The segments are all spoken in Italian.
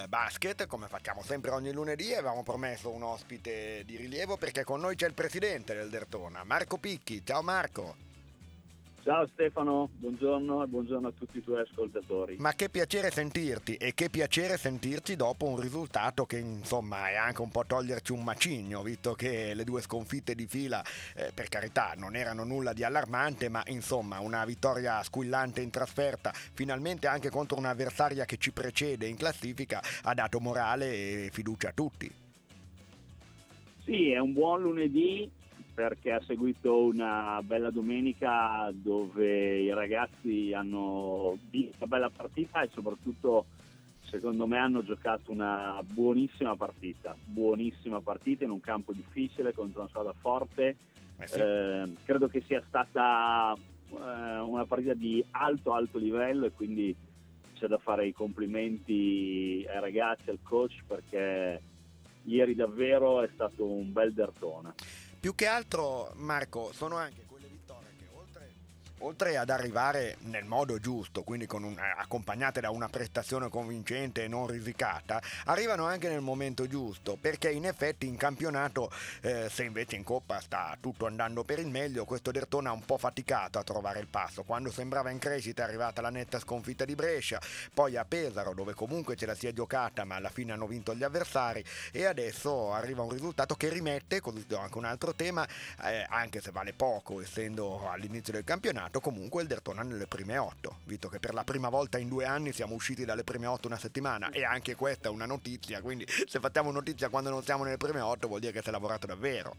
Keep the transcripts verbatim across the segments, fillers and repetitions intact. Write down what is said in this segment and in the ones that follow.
Basket, come facciamo sempre ogni lunedì, e avevamo promesso un ospite di rilievo perché con noi c'è il presidente del Dertona, Marco Picchi. Ciao Marco. Ciao Stefano, buongiorno e buongiorno a tutti i tuoi ascoltatori. Ma che piacere sentirti e che piacere sentirci dopo un risultato che insomma è anche un po' toglierci un macigno, visto che le due sconfitte di fila, eh, per carità, non erano nulla di allarmante, ma insomma una vittoria squillante in trasferta, finalmente anche contro un'avversaria che ci precede in classifica, ha dato morale e fiducia a tutti. Sì, è un buon lunedì perché ha seguito una bella domenica dove i ragazzi hanno vinto una bella partita e soprattutto secondo me hanno giocato una buonissima partita, buonissima partita in un campo difficile contro una squadra forte. Eh sì. Eh, credo che sia stata eh, una partita di alto alto livello e quindi c'è da fare i complimenti ai ragazzi, al coach perché ieri davvero è stato un bel Dertona. Più che altro, Marco, sono anche quelle vittorie che oltre, oltre ad arrivare nel modo giusto, quindi con un, eh, accompagnate da una prestazione convincente e non risicata, arrivano anche nel momento giusto, perché in effetti in campionato, eh, se invece in Coppa sta tutto andando per il meglio, questo Dertona ha un po' faticato a trovare il passo. Quando sembrava in crescita è arrivata la netta sconfitta di Brescia, poi a Pesaro dove comunque ce la si è giocata ma alla fine hanno vinto gli avversari, e adesso arriva un risultato che rimette, così do anche un altro tema, eh, anche se vale poco essendo all'inizio del campionato, comunque il Dertona nelle prime otto, visto che per la prima volta in due anni siamo usciti dalle prime otto una settimana, e anche questa è una notizia, quindi se facciamo notizia quando non siamo nelle prime otto vuol dire che si è lavorato davvero.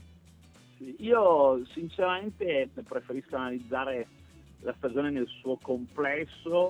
Io sinceramente preferisco analizzare la stagione nel suo complesso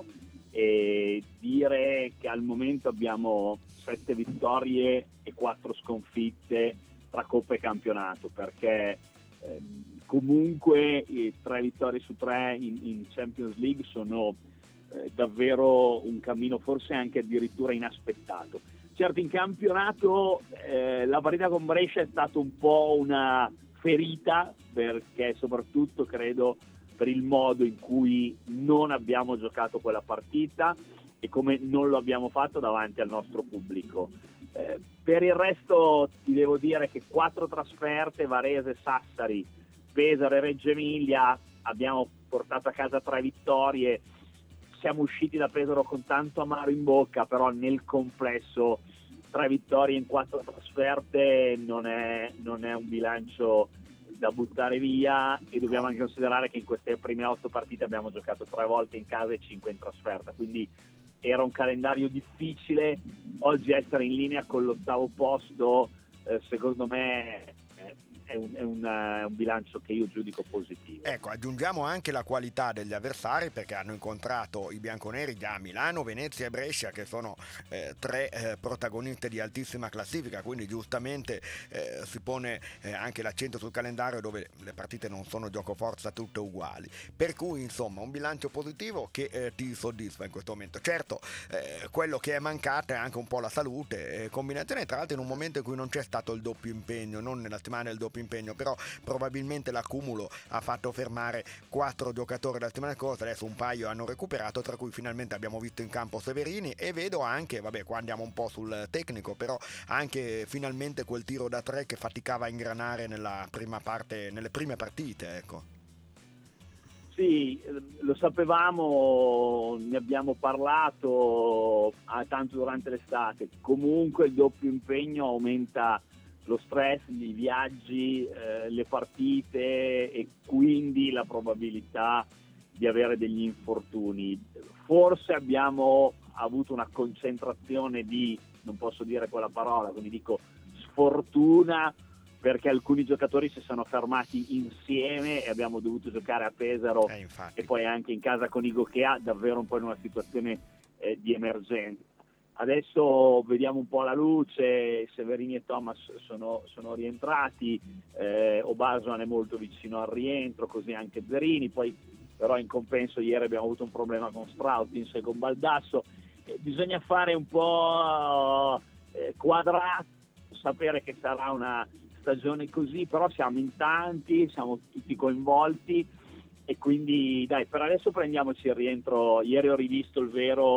e dire che al momento abbiamo sette vittorie e quattro sconfitte tra Coppa e campionato, perché ehm, comunque eh, tre vittorie su tre in, in Champions League sono eh, davvero un cammino forse anche addirittura inaspettato. Certo, in campionato eh, la partita con Brescia è stata un po' una ferita, perché soprattutto credo per il modo in cui non abbiamo giocato quella partita e come non lo abbiamo fatto davanti al nostro pubblico. Eh, per il resto ti devo dire che quattro trasferte, Varese, Sassari, Pesaro e Reggio Emilia, abbiamo portato a casa tre vittorie. Siamo usciti da Pesaro con tanto amaro in bocca, però nel complesso tre vittorie in quattro trasferte non è, non è un bilancio da buttare via, e dobbiamo anche considerare che in queste prime otto partite abbiamo giocato tre volte in casa e cinque in trasferta, quindi era un calendario difficile. Oggi essere in linea con l'ottavo posto eh, secondo me è un, è, un, è un bilancio che io giudico positivo. Ecco, aggiungiamo anche la qualità degli avversari, perché hanno incontrato i bianconeri già a Milano, Venezia e Brescia, che sono eh, tre eh, protagoniste di altissima classifica, quindi giustamente eh, si pone eh, anche l'accento sul calendario dove le partite non sono giocoforza tutte uguali. Per cui insomma un bilancio positivo che eh, ti soddisfa in questo momento. Certo, eh, quello che è mancato è anche un po' la salute, eh, combinazione tra l'altro in un momento in cui non c'è stato il doppio impegno, non nella settimana del doppio impegno, però probabilmente l'accumulo ha fatto fermare quattro giocatori la settimana scorsa, adesso un paio hanno recuperato, tra cui finalmente abbiamo visto in campo Severini, e vedo anche, vabbè qua andiamo un po' sul tecnico, però anche finalmente quel tiro da tre che faticava a ingranare nella prima parte, nelle prime partite, ecco. Sì, lo sapevamo, ne abbiamo parlato ah, tanto durante l'estate. Comunque il doppio impegno aumenta lo stress, i viaggi, eh, le partite e quindi la probabilità di avere degli infortuni. Forse abbiamo avuto una concentrazione di, non posso dire quella parola, quindi dico sfortuna, perché alcuni giocatori si sono fermati insieme e abbiamo dovuto giocare a Pesaro Eh, e infatti. poi anche in casa con Igo, che ha davvero un po' in una situazione eh, di emergenza. Adesso vediamo un po' la luce, Severini e Thomas sono, sono rientrati, eh, Obasoan è molto vicino al rientro, così anche Zerini, poi però in compenso ieri abbiamo avuto un problema con Strautins e con Baldasso. Eh, bisogna fare un po' eh, quadrato, sapere che sarà una stagione così, però siamo in tanti, siamo tutti coinvolti e quindi dai, per adesso prendiamoci il rientro. Ieri ho rivisto il vero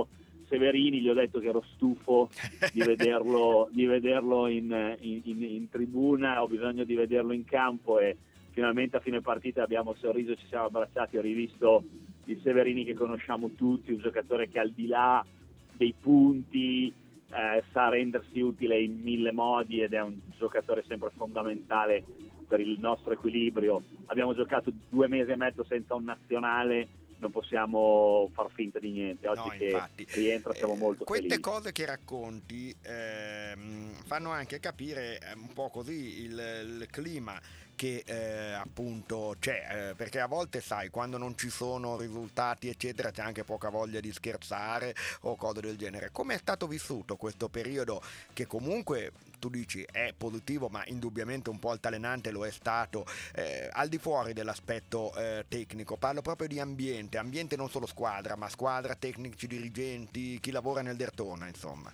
Severini, gli ho detto che ero stufo di vederlo, di vederlo in, in, in, in tribuna, ho bisogno di vederlo in campo, e finalmente a fine partita abbiamo sorriso, ci siamo abbracciati, ho rivisto il Severini che conosciamo tutti, un giocatore che al di là dei punti eh, sa rendersi utile in mille modi ed è un giocatore sempre fondamentale per il nostro equilibrio. Abbiamo giocato due mesi e mezzo senza un nazionale, non possiamo far finta di niente. Oggi No, che infatti, rientra siamo eh, molto queste felici. cose che racconti ehm, fanno anche capire eh, un po' così il, il clima che eh, appunto c'è, eh, perché a volte sai, quando non ci sono risultati eccetera c'è anche poca voglia di scherzare o cose del genere. Come è stato vissuto questo periodo che comunque tu dici è positivo ma indubbiamente un po' altalenante lo è stato, eh, al di fuori dell'aspetto eh, tecnico, parlo proprio di ambiente, ambiente non solo squadra ma squadra, tecnici, dirigenti, chi lavora nel Dertona insomma.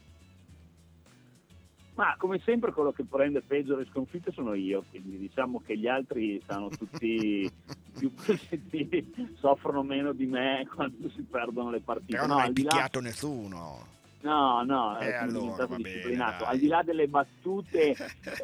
Ma come sempre quello che prende peggio le sconfitte sono io, quindi diciamo che gli altri stanno tutti più positivi, soffrono meno di me quando si perdono le partite. Però non No, hai al di là, picchiato nessuno. no, no, E eh, sono allora diventato va bene, disciplinato. Al di dai. là delle battute,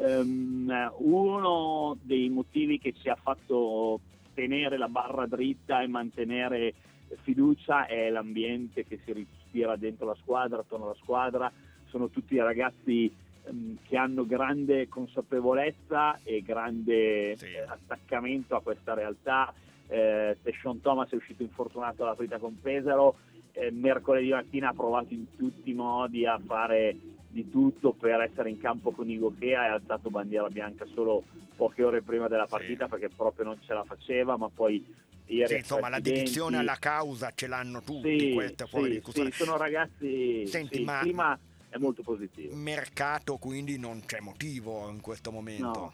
ehm, uno dei motivi che ci ha fatto tenere la barra dritta e mantenere fiducia è l'ambiente che si respira dentro la squadra, attorno alla squadra. Sono tutti ragazzi ehm, che hanno grande consapevolezza e grande Sì. eh, attaccamento a questa realtà. Eh, Teshon Thomas è uscito infortunato alla partita con Pesaro, eh, mercoledì mattina ha provato in tutti i modi a fare di tutto per essere in campo con Igokea, e ha alzato bandiera bianca solo poche ore prima della partita, sì, perché proprio non ce la faceva, ma poi ieri sì, insomma la dedizione alla causa ce l'hanno tutti, sì, questo è fuori sì, discussione. sì, sono ragazzi, Senti, sì, il ma clima è molto positivo. mercato quindi non c'è motivo in questo momento? No,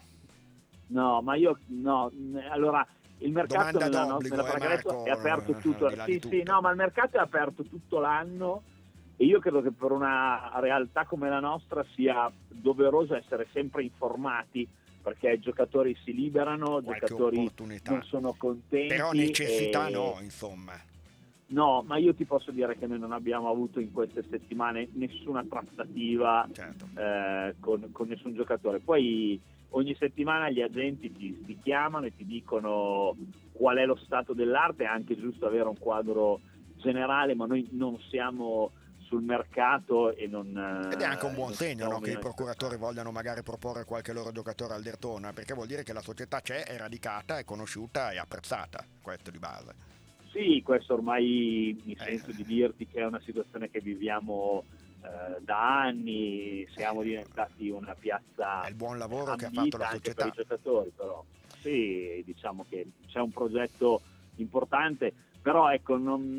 no, ma io no, allora il mercato Domanda nella, no- nella d'obbligo, eh pallacanestro è Marco, aperto al tutto, di là di sì, sì, tutto. no, ma il mercato è aperto tutto l'anno, e io credo che per una realtà come la nostra sia doveroso essere sempre informati, perché i giocatori si liberano, i Qualche giocatori opportunità. non sono Però contenti necessità e no, insomma. no, ma io ti posso dire che noi non abbiamo avuto in queste settimane nessuna trattativa Certo. eh, con, con nessun giocatore. Poi ogni settimana gli agenti ti, ti chiamano e ti dicono qual è lo stato dell'arte, è anche giusto avere un quadro generale, ma noi non siamo sul mercato e non, Ed è anche un eh, buon non ci segno, siamo no, che i meno procuratori interessati. vogliano magari proporre qualche loro giocatore al Dertona, perché vuol dire che la società c'è, è radicata, è conosciuta e apprezzata, questo di base. Sì, questo ormai mi Eh, sento di dirti che è una situazione che viviamo eh, da anni, siamo diventati una è piazza il buon eh, lavoro che ha fatto la ambita anche per i società. giocatori, però sì, diciamo che c'è un progetto importante, però ecco, non,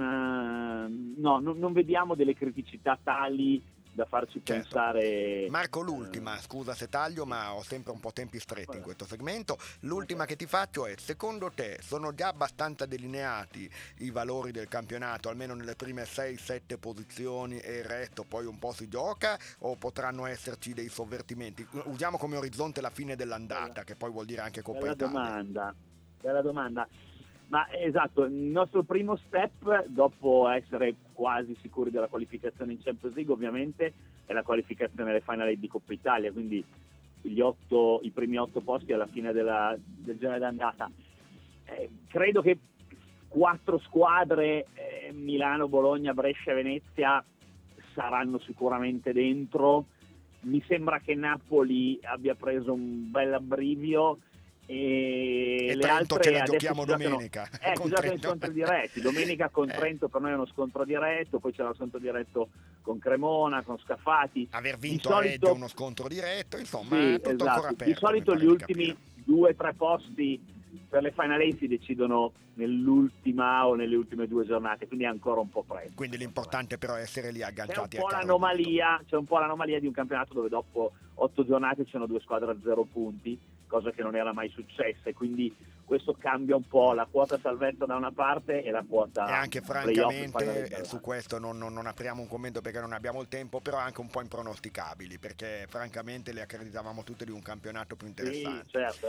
eh, no, non, non vediamo delle criticità tali da farci Certo. pensare... Marco, Eh, l'ultima, scusa se taglio, sì. ma ho sempre un po' tempi stretti in Vabbè, questo segmento. L'ultima vabbè. che ti faccio è, secondo te sono già abbastanza delineati i valori del campionato, almeno nelle prime sei sette posizioni, e il resto poi un po' si gioca, o potranno esserci dei sovvertimenti? Usiamo come orizzonte la fine Bella, dell'andata, che poi vuol dire anche Coppa bella Italia. domanda, bella domanda. Ma esatto, il nostro primo step, dopo essere quasi sicuri della qualificazione in Champions League, ovviamente, è la qualificazione alle finali di Coppa Italia, quindi gli otto, i primi otto posti alla fine della, del girone d'andata. Eh, credo che quattro squadre, eh, Milano, Bologna, Brescia e Venezia, saranno sicuramente dentro. Mi sembra che Napoli abbia preso un bel abbrivio, e E le Trento ce altre la adesso giochiamo si giocano, domenica eh, si con giocano in Trento. scontri diretti. Domenica con Eh, Trento per noi è uno scontro diretto, poi c'è lo scontro diretto con Cremona, con Scafati. aver Di vinto a Reggio solito, uno scontro diretto, insomma, sì, è tutto ancora esatto, di aperto, mi solito pare gli di capire. ultimi due o tre posti per le Final Eight si decidono nell'ultima o nelle ultime due giornate, quindi è ancora un po' presto. Quindi l'importante però è essere lì C'è un agganciati al po' carro giusto. l'anomalia, c'è un po' l'anomalia di un campionato dove dopo otto giornate ci sono due squadre a zero punti, cosa che non era mai successa, e quindi questo cambia un po' la quota salvezza da una parte e la E quota anche playoff e Final francamente Eight eh, su dall'altra. questo non, non- non apriamo un commento perché non abbiamo il tempo, però anche un po' impronosticabili, perché francamente le accreditavamo tutte di un campionato più Sì, interessante. certo.